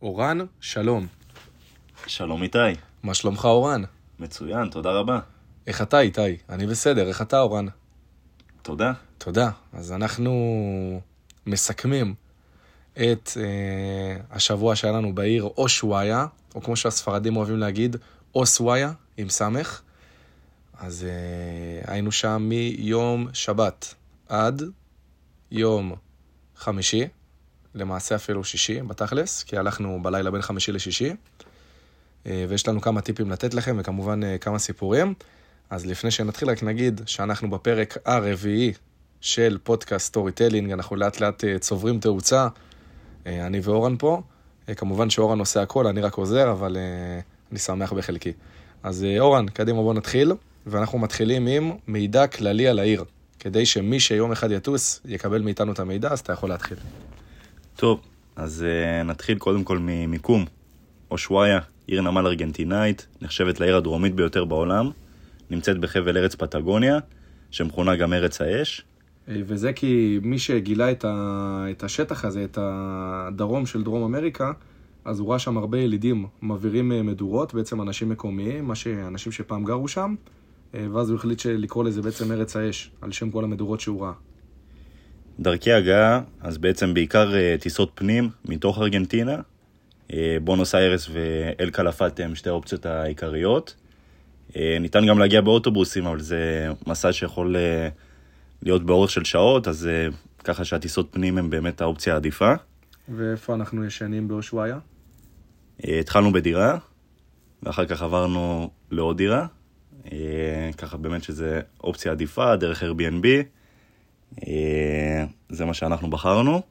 אורן, שלום. שלום איתי. מה שלומך אורן? מצוין, תודה רבה. איך אתה איתי? אני בסדר, איך אתה אורן? תודה. תודה. אז אנחנו מסכמים את השבוע שהיה לנו בעיר אושוויה, או כמו שהספרדים אוהבים להגיד, אוסוויה, עם סמך. אז היינו שם מיום שבת עד יום חמישי, למעשה אפילו שישי בתכלס, כי הלכנו בלילה בין חמישי לשישי, ויש לנו כמה טיפים לתת לכם, וכמובן כמה סיפורים. אז לפני שנתחיל רק נגיד שאנחנו בפרק הרביעי של פודקאסט סטורי טלינג, אנחנו לאט לאט צוברים תאוצה, אני ואורן פה, כמובן שאורן עושה הכל, אני רק עוזר, אבל אני שמח בחלקי. אז אורן, קדימה בוא נתחיל, ואנחנו מתחילים עם מידע כללי על העיר, כדי שמי שיום אחד יטוס יקבל מאיתנו את המידע, אז אתה יכול להתחיל. טוב, אז נתחיל קודם כל ממיקום. אושוויה, עיר נמל ארגנטינאית, נחשבת לעיר הדרומית ביותר בעולם, נמצאת בחבל ארץ פטגוניה, שמכונה גם ארץ האש. וזה כי מי שגילה את השטח הזה, את הדרום של דרום אמריקה, אז הוא ראה שם הרבה ילידים מעבירים מדורות, בעצם אנשים מקומיים, אנשים שפעם גרו שם, ואז הוא החליט לקרוא לזה בעצם ארץ האש, על שם כל המדורות שהוא ראה. דרכי הגעה, אז בעצם בעיקר טיסות פנים מתוך ארגנטינה, בונוס איירס ואל קלפט הם שתי האופציות העיקריות. ניתן גם להגיע באוטובוסים, אבל זה מסע שיכול להיות באורך של שעות, אז ככה שהטיסות פנים הם באמת האופציה העדיפה. ואיפה אנחנו ישנים באושוויה? התחלנו בדירה, ואחר כך עברנו לעוד דירה, ככה באמת שזה אופציה עדיפה, דרך Airbnb, זה מה שאנחנו בחרנו.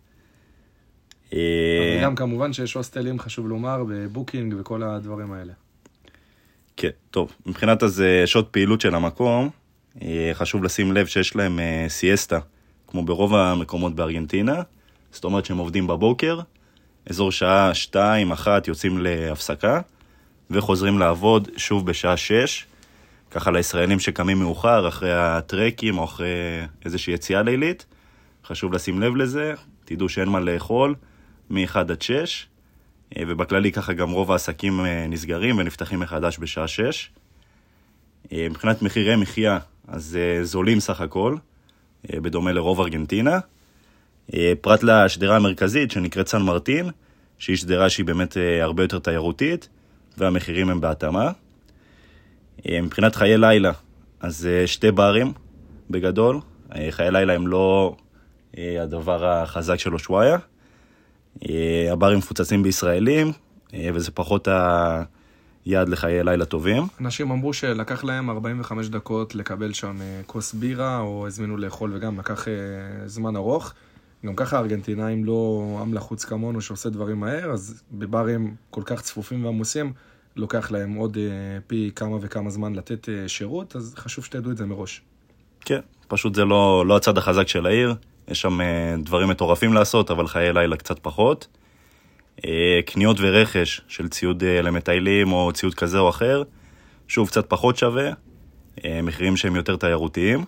וגם כמובן שיש הוסטלים, חשוב לומר, בבוקינג וכל הדברים האלה. כן, טוב. מבחינת אז שעות פעילות של המקום, חשוב לשים לב שיש להם סיאסטה, כמו ברוב המקומות בארגנטינה. זאת אומרת שהם עובדים בבוקר, אזור שעה 2-1 יוצאים להפסקה, וחוזרים לעבוד שוב בשעה 6, ככה לישראלים שקמים מאוחר, אחרי הטרקים או אחרי איזושהי יציאה לילית. חשוב לשים לב לזה, תדעו שאין מה לאכול, מ-1 עד 6, ובכללי ככה גם רוב העסקים נסגרים ונפתחים מחדש בשעה 6. מבחינת מחירי מחיה, אז זולים סך הכל, בדומה לרוב ארגנטינה. פרט לשדרה המרכזית שנקראת סן מרטין, שהיא שדרה שהיא באמת הרבה יותר תיירותית, והמחירים הם בהתאמה. מבחינת חיי לילה, אז שתי ברים בגדול. חיי לילה הם לא הדבר החזק של אושוויה. הברים מפוצצים בישראלים, וזה פחות היעד לחיי לילה טובים. אנשים אמרו שלקח להם 45 דקות לקבל שם כוס בירה, או הזמינו לאכול וגם לקח זמן ארוך. גם ככה הארגנטינאים לא עם לחוץ כמונו שעושה דברים מהר, אז בברים כל כך צפופים ועמוסים, לוקח להם עוד פי כמה וכמה זמן לתת שירות, אז חשוב שתדעו את זה מראש. כן, פשוט זה לא הצד החזק של העיר. יש שם דברים מטורפים לעשות, אבל חיי לילה קצת פחות. קניות ורכש של ציוד למטיילים או ציוד כזה או אחר, שוב קצת פחות שווה, מחירים שהם יותר תיירותיים,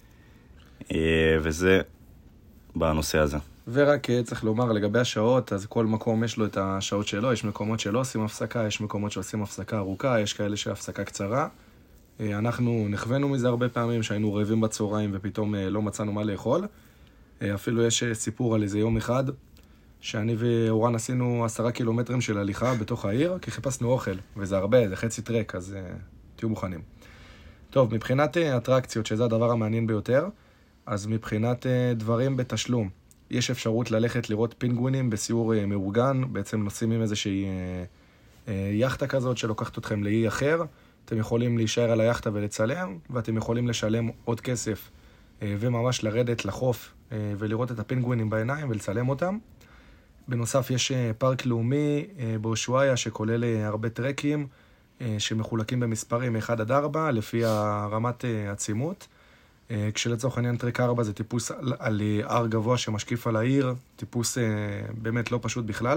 וזה בנושא הזה. ורק צריך לומר לגבי השעות, אז כל מקום יש לו את השעות שלו, יש מקומות שלא עושים הפסקה, יש מקומות שעושים הפסקה ארוכה, יש כאלה שהפסקה קצרה. אנחנו נחווינו מזה הרבה פעמים שהיינו רעבים בצהריים ופתאום לא מצאנו מה לאכול. אפילו יש סיפור על איזה יום אחד, שאני ואורן עשינו 10 קילומטרים של הליכה בתוך העיר, כי חיפשנו אוכל, וזה הרבה, זה חצי טרק, אז תהיו מוכנים. טוב, מבחינת אטרקציות, שזה הדבר המעניין ביותר, אז מבחינת דברים בתשלום, יש אפשרות ללכת לראות פינגווינים בסיור מאורגן, בעצם נוסעים עם איזושהי יחטה כזאת שלוקחת אתכם לאי אחר, אתם יכולים להישאר על היחטה ולצלם, ואתם יכולים לשלם עוד כסף, וממש לרדת לחוף ולראות את הפינגווינים בעיניים ולצלם אותם. בנוסף יש פארק לאומי באושוויה שכולל הרבה טרקים שמחולקים במספרים 1 עד 4 לפי הרמת עצימות. כשלצורך העניין טרק 4 זה טיפוס על הר גבוה שמשקיף על העיר, טיפוס באמת לא פשוט בכלל.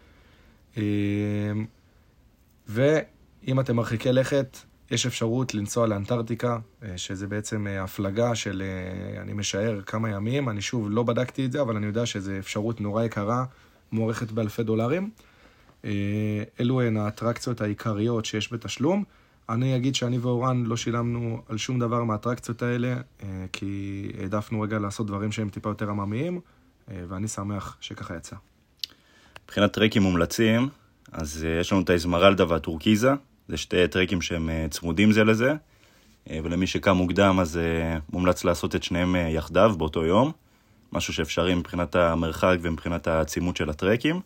ואם אתם מרחיקי לכת, יש אפשרות לנסוע לאנטארקטיקה, שזה בעצם הפלגה של, אני משער, כמה ימים. אני שוב לא בדקתי את זה, אבל אני יודע שזו אפשרות נורא יקרה, מוערכת באלפי דולרים. אלו הן האטרקציות העיקריות שיש בתשלום. אני אגיד שאני ואורן לא שילמנו על שום דבר מהאטרקציות האלה, כי העדפנו רגע לעשות דברים שהם טיפה יותר עממיים, ואני שמח שככה יצא. מבחינת טרקים מומלצים, אז יש לנו את האזמרלדה והטורקיזה, זה שתי טרקים שהם צמודים זה לזה, ולמי שקם מוקדם אז מומלץ לעשות את שניהם יחדיו באותו יום, משהו שאפשרי מבחינת המרחק ומבחינת העצימות של הטרקים.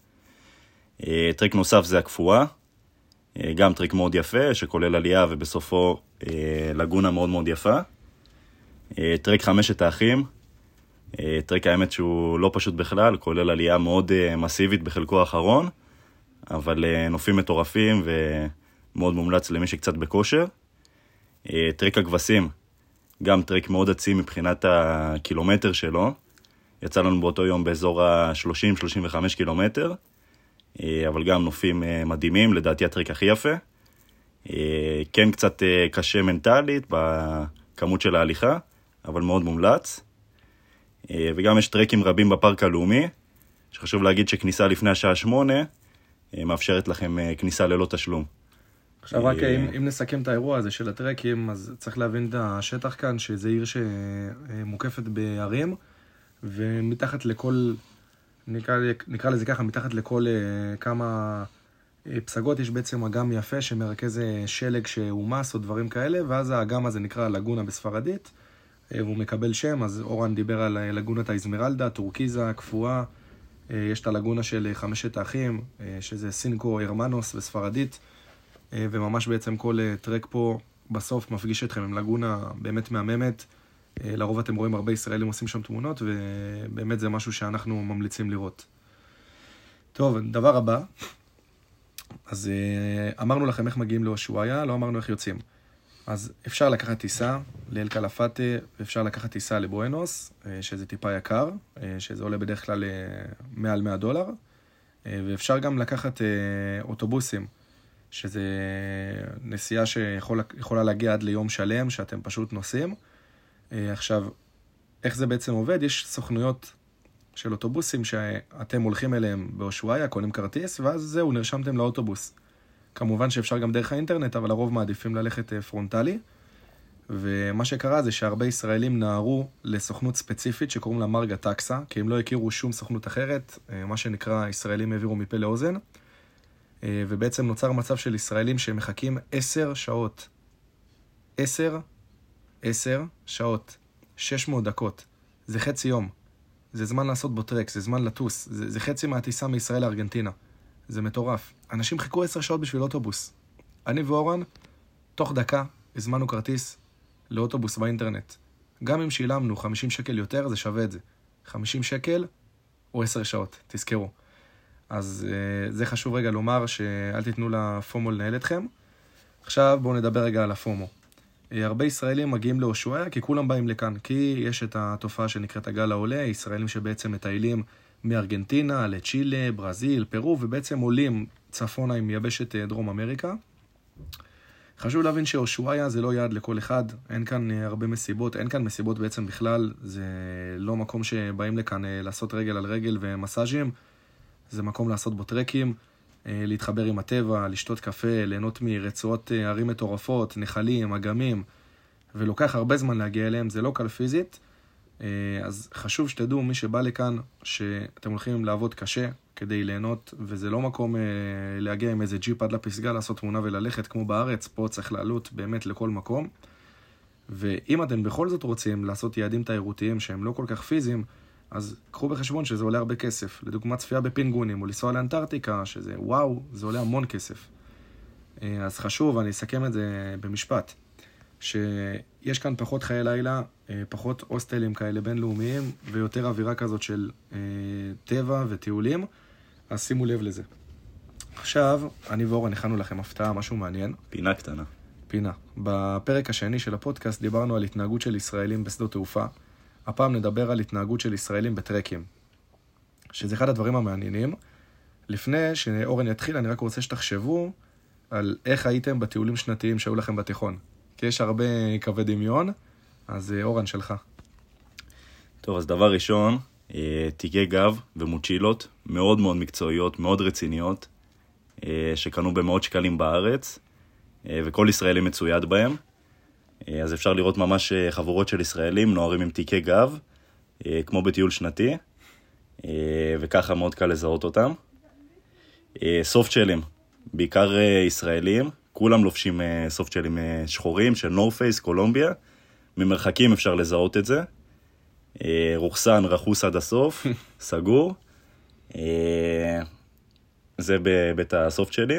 טרק נוסף זה הקפואה, גם טרק מאוד יפה שכולל עלייה ובסופו לגונה מאוד מאוד יפה. טרק 5 האחים, טרק האמת שהוא לא פשוט בכלל, כולל עלייה מאוד מסיבית בחלקו האחרון, אבל נופים מטורפים ומאוד מומלץ למי שקצת בכושר. טרק הכבשים, גם טרק מאוד עצים מבחינת הקילומטר שלו, יצא לנו באותו יום באזור ה-30-35 קילומטר, אבל גם נופים מדהימים, לדעתי הטרק הכי יפה. כן קצת קשה מנטלית בכמות של ההליכה, אבל מאוד מומלץ. וגם יש טרקים רבים בפארק הלאומי, שחשוב להגיד שכניסה לפני השעה 8 מאפשרת לכם כניסה ללא תשלום. עכשיו רק אם נסכם את האירוע הזה של הטרקים, אז צריך להבין את השטח כאן, שזה עיר שמוקפת בערים, ומתחת לכל, נקרא לזה ככה, מתחת לכל כמה פסגות יש בעצם אגם יפה שמרכז שלג שהומס או דברים כאלה, ואז האגם הזה נקרא לגונה בספרדית, והוא מקבל שם. אז אורן דיבר על לגונת האזמרלדה, טורקיזה, קפואה, יש את הלגונה של 5 האחים, שזה סינקו הרמנוס בספרדית, וממש בעצם כל טרק פה בסוף מפגיש אתכם עם לגונה באמת מהממת. לרוב אתם רואים הרבה ישראלים עושים שם תמונות, ובאמת זה משהו שאנחנו ממליצים לראות. טוב, דבר הבא. אז אמרנו לכם איך מגיעים לאושוויה, לא אמרנו איך יוצאים. אז אפשר לקחת טיסה לאל קלפטה, ואפשר לקחת טיסה לבואנוס, שזה טיפה יקר, שזה עולה בדרך כלל מעל $100, ואפשר גם לקחת אוטובוסים, שזה נסיעה שיכולה להגיע עד ליום שלם, שאתם פשוט נוסעים. עכשיו, איך זה בעצם עובד? יש סוכנויות של אוטובוסים שאתם הולכים אליהם באושוויה, קונים כרטיס, ואז זהו, נרשמתם לאוטובוס. כמובן שאפשר גם דרך האינטרנט, אבל לרוב מעדיפים ללכת פרונטלי. ומה שקרה זה שהרבה ישראלים נערו לסוכנות ספציפית שקוראים לה מרגה טקסה, כי הם לא הכירו שום סוכנות אחרת, מה שנקרא ישראלים העבירו מפה לאוזן. ובעצם נוצר מצב של ישראלים שמחכים 10 שעות. 10 שעות. 600 דקות. זה חצי יום. זה זמן לעשות בו טרק, זה זמן לטוס. זה חצי מהטיסה מישראל לארגנטינה. זה מטורף. אנשים חיכו 10 שעות בשביל אוטובוס. אני ואורן, תוך דקה, הזמנו כרטיס לאוטובוס באינטרנט. גם אם שילמנו 50 שקל יותר, זה שווה את זה. 50 שקל או 10 שעות, תזכרו. אז זה חשוב רגע לומר שאל תיתנו לפומו לנהל אתכם. עכשיו בואו נדבר רגע על הפומו. הרבה ישראלים מגיעים לאושוויה כי כולם באים לכאן, כי יש את התופעה שנקראת הגל העולה, ישראלים שבעצם מטיילים מארגנטינה לצ'ילה, ברזיל, פרו, ובעצם עולים צפונה עם יבשת דרום אמריקה. חשוב להבין שאושוויה זה לא יעד לכל אחד, אין כאן הרבה מסיבות, אין כאן מסיבות בעצם בכלל, זה לא מקום שבאים לכאן לעשות רגל על רגל ומסאז'ים, זה מקום לעשות בו טרקים, להתחבר עם הטבע, לשתות קפה, ליהנות מרצועות ערים מטורפות, נחלים, אגמים, ולוקח הרבה זמן להגיע אליהם, זה לא קל פיזית, אז חשוב שתדעו מי שבא לכאן שאתם הולכים לעבוד קשה כדי ליהנות, וזה לא מקום להגיע עם איזה ג'יפ עד לפסגה, לעשות תמונה וללכת כמו בארץ, פה צריך לעלות באמת לכל מקום, ואם אתם בכל זאת רוצים לעשות יעדים תיירותיים שהם לא כל כך פיזיים, אז קחו בחשבון שזה עולה הרבה כסף. לדוגמה צפייה בפינגונים או לנסוע לאנטארקטיקה, שזה וואו, זה עולה המון כסף. אז חשוב, אני אסכם את זה במשפט, שיש כאן פחות חיי לילה, פחות הוסטלים כאלה בינלאומיים, ויותר אווירה כזאת של טבע וטיולים, אז שימו לב לזה. עכשיו, אני ואורן הכנו לכם הפתעה, משהו מעניין. פינה קטנה. פינה. בפרק השני של הפודקאסט דיברנו על התנהגות של ישראלים בשדות תעופה. הפעם נדבר על התנהגות של ישראלים בטרקים, שזה אחד הדברים המעניינים. לפני שאורן יתחיל, אני רק רוצה שתחשבו על איך הייתם בטיולים שנתיים שהיו לכם בתיכון. כי יש הרבה קווי דמיון, אז אורן שלך. טוב, אז דבר ראשון, תיקי גב ומוצ'ילות, מאוד מאוד מקצועיות, מאוד רציניות. שקנו במאות שקלים בארץ, וכל ישראלי מצויד בהם. אז אפשר לראות ממש חבורות של ישראלים, נוערים עם תיקי גב, כמו בטיול שנתי, וככה מאוד קל לזהות אותם. סופטשלים, בעיקר ישראלים, כולם לובשים סופטשלים שחורים של נורפייס, קולומביה, ממרחקים אפשר לזהות את זה. רוחסן, רחוס עד הסוף, סגור. זה בבית הסופטשלים.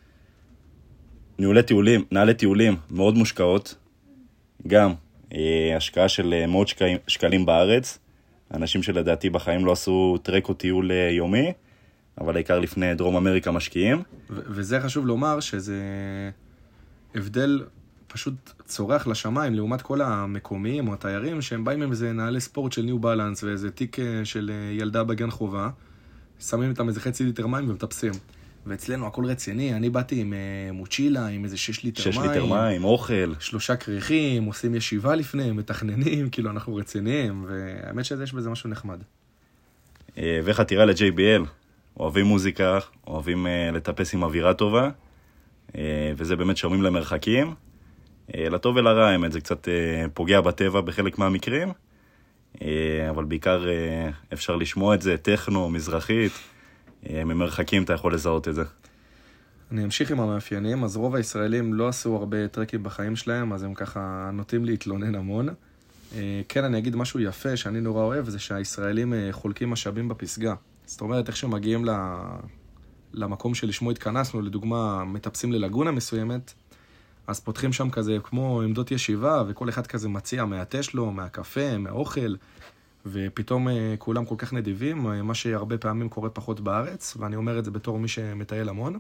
נעלי טיולים מאוד מושקעות, גם השקעה של מאות שקלים בארץ, אנשים שלדעתי בחיים לא עשו טרק או טיול יומי, אבל העיקר לפני דרום אמריקה משקיעים. וזה חשוב לומר שזה הבדל פשוט צורח לשמיים, לעומת כל המקומיים או התיירים, שהם באים עם איזה נעלי ספורט של ניו בלנס, ואיזה תיק של ילדה בגן חובה, שמים איתם איזה חצי ליטר מים ומטפסים. ואצלנו הכל רציני, אני באתי עם מוצ'ילה, עם איזה 6 ליטר מים. 6 ליטר מים, אוכל. 3 כריכים, עושים ישיבה לפני, מתכננים, כאילו אנחנו רציניים, והאמת שיש בזה משהו נחמד. וחתירה ל-JBL, אוהבים מוזיקה, אוהבים לטפס עם אווירה טובה, וזה באמת שומעים למרחקים. לטוב ולרע, האמת, זה קצת פוגע בטבע בחלק מהמקרים, אבל בעיקר אפשר לשמוע את זה, טכנו, מזרחית, ממרחקים אתה יכול לזהות את זה. אני אמשיך עם המאפיינים, אז רוב הישראלים לא עשו הרבה טרקים בחיים שלהם, אז הם ככה נוטים להתלונן המון. כן, אני אגיד משהו יפה שאני נורא אוהב, זה שהישראלים חולקים משאבים בפסגה. זאת אומרת, איך שמגיעים למקום שלשמו התכנסנו, לדוגמה, מטפסים ללגונה מסוימת, אז פותחים שם כזה כמו עמדות ישיבה, וכל אחד כזה מציע מהתה שלו, מהקפה, מהאוכל, ופתאום כולם כל כך נדיבים, מה שהרבה פעמים קורה פחות בארץ, ואני אומר את זה בתור מי שמטייל המון.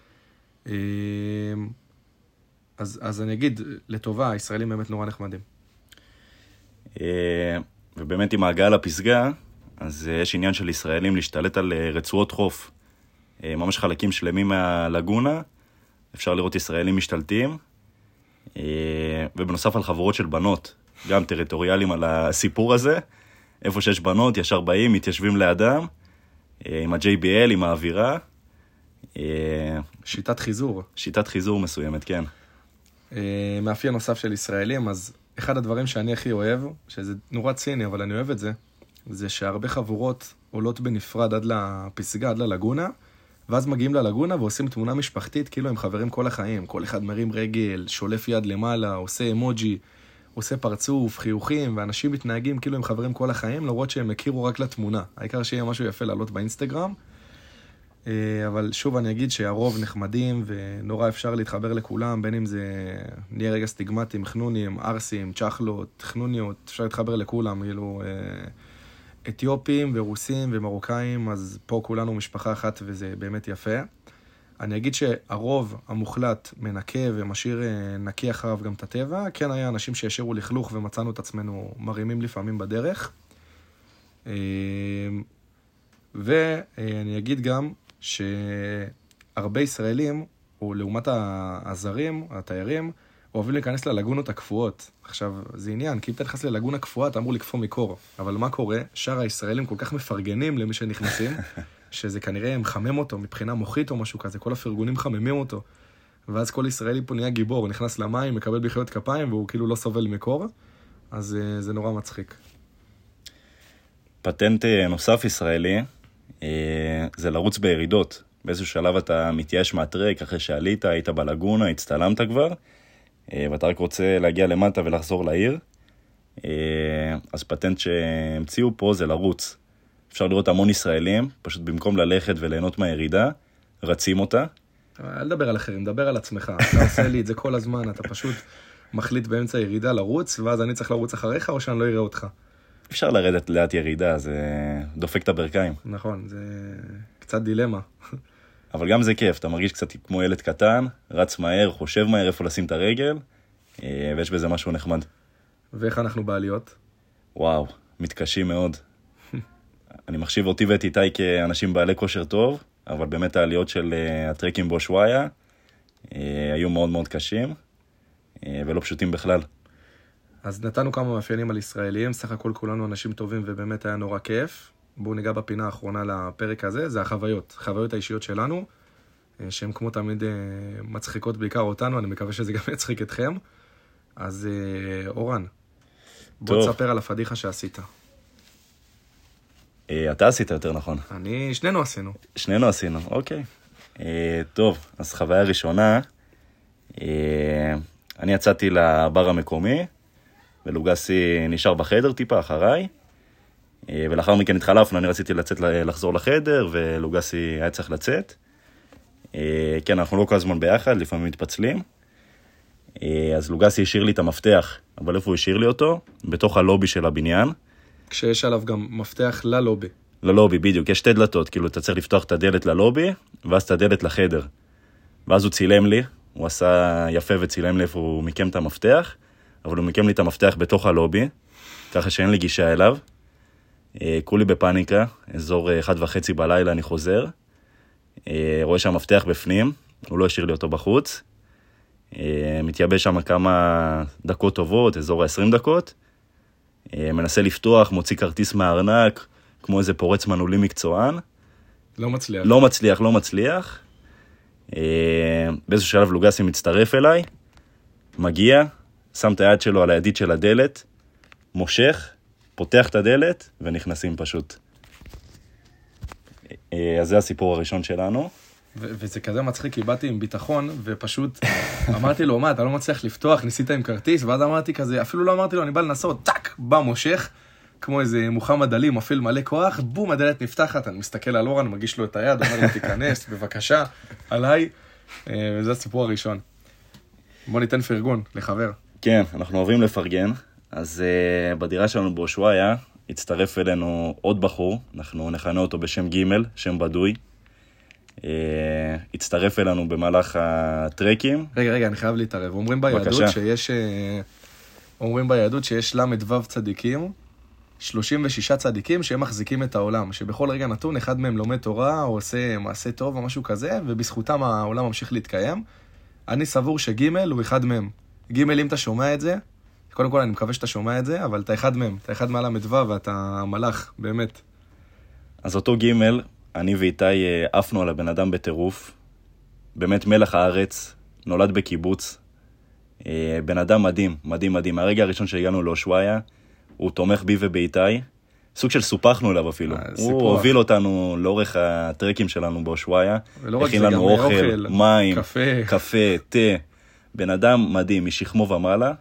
אז אני אגיד, לטובה, הישראלים באמת נורא נחמדים. ובאמת עם ההגעה לפסגה, אז יש עניין של ישראלים להשתלט על רצועות חוף. ממש חלקים שלמים מהלגונה, אפשר לראות ישראלים משתלטים, ובנוסף על חבורות של בנות, גם טריטוריאליים על הסיפור הזה, איפה שיש בנות, ישר באים, מתיישבים לאדם, עם ה-JBL, עם האווירה. שיטת חיזור. שיטת חיזור מסוימת, כן. מאפיין נוסף של ישראלים, אז אחד הדברים שאני הכי אוהב, שזה נורא ציני, אבל אני אוהב את זה, זה שהרבה חבורות עולות בנפרד עד לפסגה, עד ללגונה, ואז מגיעים ללגונה ועושים תמונה משפחתית, כאילו הם חברים כל החיים. כל אחד מרים רגל, שולף יד למעלה, עושה אמוג'י, עושה פרצוף, חיוכים, ואנשים מתנהגים כאילו הם חברים כל החיים, למרות שהם הכירו רק לתמונה. העיקר שיהיה משהו יפה לעלות באינסטגרם. אבל שוב אני אגיד שהרוב נחמדים, ונורא אפשר להתחבר לכולם, בין אם זה נהיה רגע סטיגמטים, חנונים, ארסים, צ'חלות, חנוניות, אפשר להתחבר לכולם, כאילו אתיופים ורוסים ומרוקאים, אז פה כולנו משפחה אחת וזה באמת יפה. אני אגיד שהרוב המוחלט מנקה ומשאיר נקי אחריו גם את הטבע. כן היה אנשים שישאירו לכלוך ומצאנו את עצמנו מרימים לפעמים בדרך. ואני אגיד גם שהרבה ישראלים, או לעומת הזרים, התיירים, אוהבים להיכנס ללגונות הקפואות. עכשיו, זה עניין, כי אם אתה נכנס ללגונה קפואה, אתה אמור לקפוא מקור. אבל מה קורה? שאר הישראלים כל כך מפרגנים למי שנכנסים, שזה כנראה מחמם אותו מבחינה מוחית או משהו כזה, כל הפרגונים מחממים אותו. ואז כל ישראלי פה נהיה גיבור, נכנס למים, מקבל בחיות כפיים, והוא כאילו לא סובל מקור. אז זה נורא מצחיק. פטנט נוסף ישראלי, זה לרוץ בירידות. באיזשהו שלב אתה מתייאש מהטרק, אחרי שעלית, היית בלגונה, הצטלמת כבר, ואתה רק רוצה להגיע למטה ולחזור לעיר. אז פטנט שהמציאו פה זה לרוץ. אפשר לראות המון ישראלים, פשוט במקום ללכת וליהנות מהירידה, רצים אותה. אל דבר על אחרים, דבר על עצמך. אתה עושה לי את זה כל הזמן, אתה פשוט מחליט באמצע הירידה לרוץ, ואז אני צריך לרוץ אחריך או שאני לא אראה אותך. אפשר לרדת לאט ירידה, זה דופק את הברכיים. נכון, זה קצת דילמה. אבל גם זה כיף, אתה מרגיש קצת כמו ילד קטן, רץ מהר, חושב מהר איפה לשים את הרגל, ויש בזה משהו נחמד. ואיך אנחנו בעליות? וואו, מתקשים מאוד. אני מחשיב אותי ואת איתי כאנשים בעלי כושר טוב, אבל באמת העליות של הטרקים בושוויה היו מאוד מאוד קשים, ולא פשוטים בכלל. אז נתנו כמה מאפיינים על ישראלים, סך הכל כולנו אנשים טובים ובאמת היה נורא כיף. בואו ניגע בפינה האחרונה לפרק הזה, זה החוויות, חוויות האישיות שלנו. שהן כמו תמיד מצחיקות בעיקר אותנו, אני מקווה שזה גם יצחיק אתכם. אז אורן, בוא תספר על הפדיחה שעשית. אתה עשית יותר נכון. שנינו עשינו, אוקיי. טוב, אז חוויה ראשונה, אני יצאתי לבר המקומי, ולוגסי נשאר בחדר טיפה אחריי, ולאחר מכן התחלפנו, אני רציתי לחזור לחדר, ולוגסי היה צריך לצאת. כן, אנחנו לא כל הזמן ביחד, לפעמים מתפצלים. אז לוגסי השאיר לי את המפתח, אבל איפה הוא השאיר לי אותו? בתוך הלובי של הבניין. כשיש עליו גם מפתח ללובי. ללובי, בדיוק. יש שתי דלתות, כאילו אתה צריך לפתוח את הדלת ללובי, ואז את הדלת לחדר. ואז הוא צילם לי, הוא עשה יפה וצילם לי איפה הוא מיקם את המפתח, אבל הוא מיקם לי את המפתח בתוך הלובי, ככה שאין לי גישה אליו. כולי בפאניקה, אזור 1:30 בלילה אני חוזר. רואה שהמפתח בפנים, הוא לא השאיר לי אותו בחוץ. מתייבש שם כמה דקות טובות, אזור 20 דקות. מנסה לפתוח, מוציא כרטיס מהארנק, כמו איזה פורץ מנעולים מקצוען. לא מצליח. באיזשהו שלב לוגסי מצטרף אליי, מגיע, שם את היד שלו על הידית של הדלת, מושך, פותח את הדלת, ונכנסים פשוט. אז זה הסיפור הראשון שלנו. וזה כזה מצחיק, כי באתי עם ביטחון, ופשוט אמרתי לו, מה, אתה לא מצליח לפתוח, ניסית עם כרטיס, ואז אמרתי כזה, אפילו לא אמרתי לו, אני בא לנסות, טק, בא מושך, כמו איזה מוחמד עלי, מפעיל מלא כוח, בום, הדלת נפתחת, אני מסתכל על אורן, מגיש לו את היד, אומר לו, תיכנס, בבקשה, עליי, וזה הסיפור הראשון. בוא ניתן פרגון לחבר. כן, אנחנו אוהבים לפרגן, אז בדירה שלנו באושוויה, הצטרף אלינו עוד בחור, אנחנו נכנה אותו בשם ג', שם בדוי, הצטרף אלינו במהלך הטרקים. רגע, אני חייב להתערב. אומרים ביהדות שיש למדוו צדיקים, 36 צדיקים שהם מחזיקים את העולם, שבכל רגע נתון אחד מהם לומד תורה או עושה מעשה טוב או משהו כזה, ובזכותם העולם ממשיך להתקיים. אני סבור שגימל הוא אחד מהם. גימל, אם אתה שומע את זה, קודם כל אני מקווה שאתה שומע את זה, אבל אתה אחד מהם, אתה אחד מעל המדוו ואתה מלאך, באמת. אז אותו גימל, אני ואיתי עפנו על הבן אדם בטירוף, באמת מלח הארץ, נולד בקיבוץ, בן אדם מדהים. הרגע הראשון שהגענו לאושוויה, הוא תומך בי ובאיתי, סוג של סופחנו אליו אפילו. הוא הוביל אותנו לאורך הטרקים שלנו באושוויה, הכין לנו אוכל, מים, קפה, תה, בן אדם מדהים, משכמו ומעלה.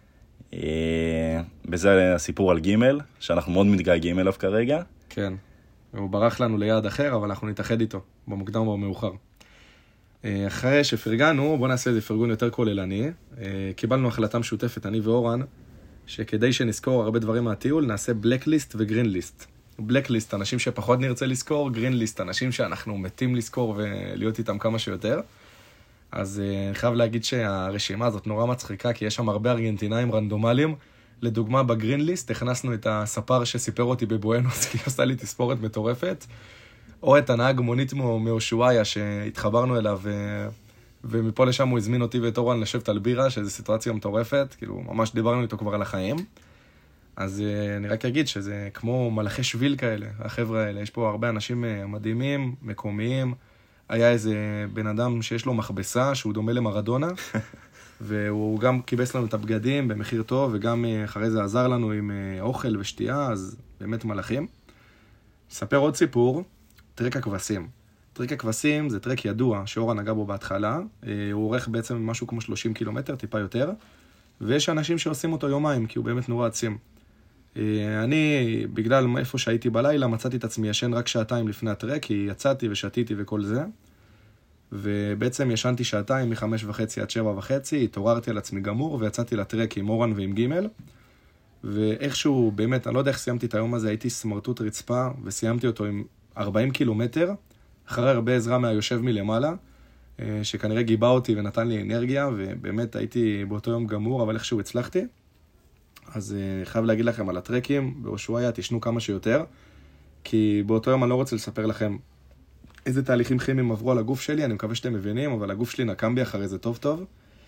וזה הסיפור על גימל, שאנחנו מאוד מתגעגעים אליו כרגע. כן. הוא ברח לנו ליעד אחר, אבל אנחנו נתאחד איתו, במוקדם או במאוחר. אחרי שפרגנו, בוא נעשה איזה פרגון יותר כוללני. קיבלנו החלטה משותפת, אני ואורן, שכדי שנזכור הרבה דברים מהטיול, נעשה בלקליסט וגרינליסט. בלקליסט, אנשים שפחות נרצה לזכור, גרינליסט, אנשים שאנחנו מתים לזכור ולהיות איתם כמה שיותר. אז אני חייב להגיד שהרשימה הזאת נורא מצחיקה, כי יש שם הרבה ארגנטינאים רנדומליים. לדוגמה, בגרינליסט הכנסנו את הספר שסיפר אותי בבואנוס, כי עושה לי תספורת מטורפת, או את הנהג מונית מאושוויה שהתחברנו אליו, ומפה לשם הוא הזמין אותי ואת אורן לשבת על בירה, שזו סיטואציה מטורפת, כאילו ממש דיברנו איתו כבר על החיים. אז אני רק אגיד שזה כמו מלאכי שביל כאלה, החבר'ה האלה, יש פה הרבה אנשים מדהימים, מקומיים, היה איזה בן אדם שיש לו מכבסה, שהוא דומה למרדונה, והוא גם קיבס לנו את הבגדים במחיר טוב, וגם אחרי זה עזר לנו עם אוכל ושתייה, אז באמת מלאכים. ספר עוד סיפור, טרק הכבשים. טרק הכבשים זה טרק ידוע, שאורה נגע בו בהתחלה, הוא עורך בעצם משהו כמו 30 קילומטר, טיפה יותר, ויש אנשים שעושים אותו יומיים, כי הוא באמת נורא עצים. אני, בגלל איפה שהייתי בלילה, מצאתי את עצמי ישן רק שעתיים לפני הטרק, כי יצאתי ושתיתי וכל זה, ובעצם ישנתי שעתיים מ5:30 עד 7:30, התעוררתי על עצמי גמור, ויצאתי לטרק עם אורן ועם גימל, ואיכשהו, באמת, אני לא יודע איך סיימתי את היום הזה, הייתי סמרטוט רצפה, וסיימתי אותו עם 40 קילומטר, אחרי הרבה עזרה מהיושב מלמעלה, שכנראה גיבה אותי ונתן לי אנרגיה, ובאמת הייתי באותו יום גמור, אבל איכשהו הצלחתי. אז חייב להגיד לכם על הטרקים, באושוויה תשנו כמה שיותר, כי באותו יום אני לא רוצה לספר לכם איזה תהליכים כימיים עברו על הגוף שלי, אני מקווה שאתם מבינים, אבל הגוף שלי נקם בי אחרי זה טוב.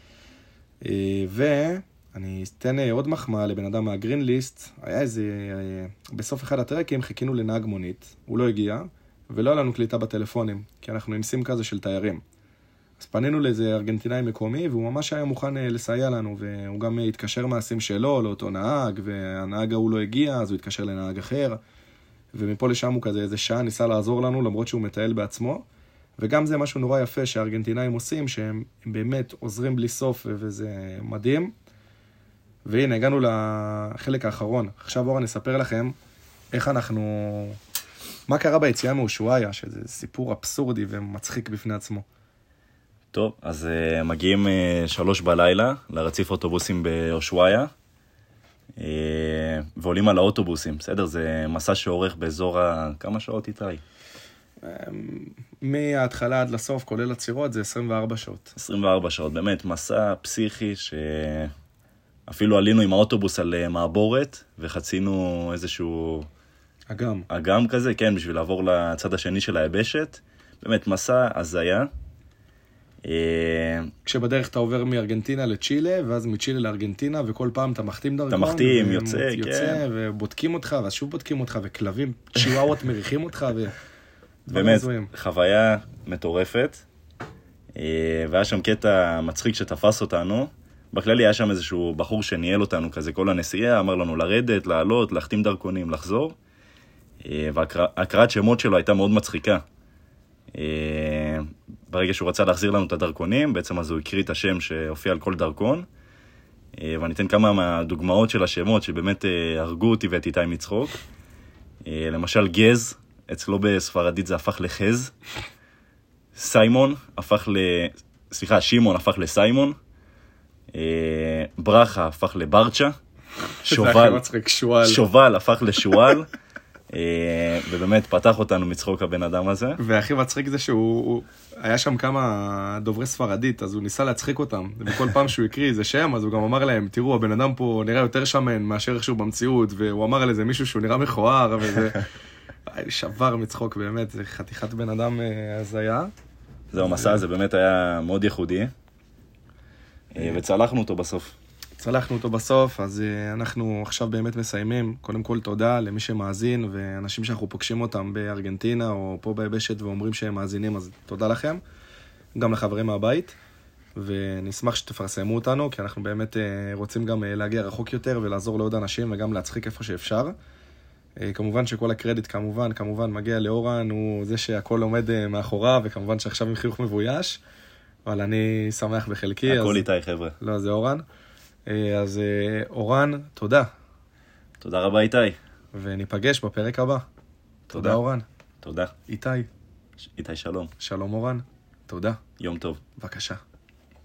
ואני אתן עוד מחמאה לבן אדם מהגרינליסט, היה איזה, בסוף אחד הטרקים חיכינו לנהג מונית, הוא לא הגיע, ולא היה לנו קליטה בטלפונים, כי אנחנו עם סים כזה של תיירים. אז פנינו לאיזה ארגנטינאי מקומי, והוא ממש היה מוכן לסייע לנו, והוא גם התקשר מעשים שלו לאותו נהג, והנהג ההוא לא הגיע, אז הוא התקשר לנהג אחר, ומפה לשם הוא כזה איזה שעה ניסה לעזור לנו, למרות שהוא מטייל בעצמו, וגם זה משהו נורא יפה שהארגנטינאים עושים, שהם באמת עוזרים בלי סוף, וזה מדהים. והנה, הגענו לחלק האחרון. עכשיו אורן נספר לכם איך אנחנו... מה קרה ביציאה מאושוויה, שזה סיפור אבסורדי ומצחיק בפני עצמו. טוב, אז מגיעים 3 בלילה לרציף אוטובוסים באושוויה, ועולים על האוטובוסים, בסדר? זה מסע שעורך באזור כמה שעות איתי? מההתחלה עד לסוף, כולל הצירות, זה 24 שעות. 24 שעות, באמת, מסע פסיכי שאפילו עלינו עם האוטובוס על מעבורת, וחצינו איזשהו... אגם כזה, כן, בשביל לעבור לצד השני של היבשת. באמת, מסע הזיה. כשבדרך אתה עובר מארגנטינה לצ'ילה, ואז מצ'ילה לארגנטינה, וכל פעם אתה מחתים דרכון. אתה מחתים, יוצא, כן. ובודקים אותך, ואז שוב בודקים אותך, וכלבים, צ'יוואוות מריחים אותך, באמת, חוויה מטורפת. והיה שם קטע מצחיק שתפס אותנו. בכללי היה שם איזשהו בחור שניהל אותנו כזה כל הנסיעה, אמר לנו לרדת, לעלות, להחתים דרכונים, לחזור. והקראת שמות שלו הייתה מאוד מצחיקה. ברגע שהוא רצה להחזיר לנו את הדרכונים, בעצם אז הוא הקריא את השם שהופיע על כל דרכון, ואני אתן כמה מהדוגמאות של השמות שבאמת הרגו אותי ואת איתי מצחוק. למשל גז, אצלו בספרדית זה הפך לחז. שמעון הפך לסיימון. ברכה הפך לברצ'ה. שובל הפך לשואל. ובאמת פתח אותנו מצחוק הבן אדם הזה. והכי מצחיק זה שהוא היה שם כמה דוברי ספרדית, אז הוא ניסה להצחיק אותם, וכל פעם שהוא הקריא איזה שם, אז הוא גם אמר להם, תראו, הבן אדם פה נראה יותר שמן מאשר איך שהוא במציאות, והוא אמר על איזה מישהו שהוא נראה מכוער, וזה שבר מצחוק באמת, זה חתיכת בן אדם הזיה. זהו, המסע הזה באמת היה מאוד ייחודי, וצלחנו אותו בסוף. אז אנחנו עכשיו באמת מסיימים. קודם כל תודה למי שמאזין, ואנשים שאנחנו פוגשים אותם בארגנטינה או פה ביבשת ואומרים שהם מאזינים, אז תודה לכם. גם לחברים מהבית, ונשמח שתפרסמו אותנו, כי אנחנו באמת רוצים גם להגיע רחוק יותר ולעזור לעוד אנשים וגם להצחיק איפה שאפשר. כמובן שכל הקרדיט כמובן מגיע לאורן, הוא זה שהכל עומד מאחוריו, וכמובן שעכשיו עם חיוך מבויש, אבל אני שמח בחלקי. הכל איתי חבר'ה. לא, זה אורן. אז אורן, תודה. תודה רבה איתי. וניפגש בפרק הבא. תודה אורן. תודה. איתי שלום. שלום אורן. תודה. יום טוב. בבקשה.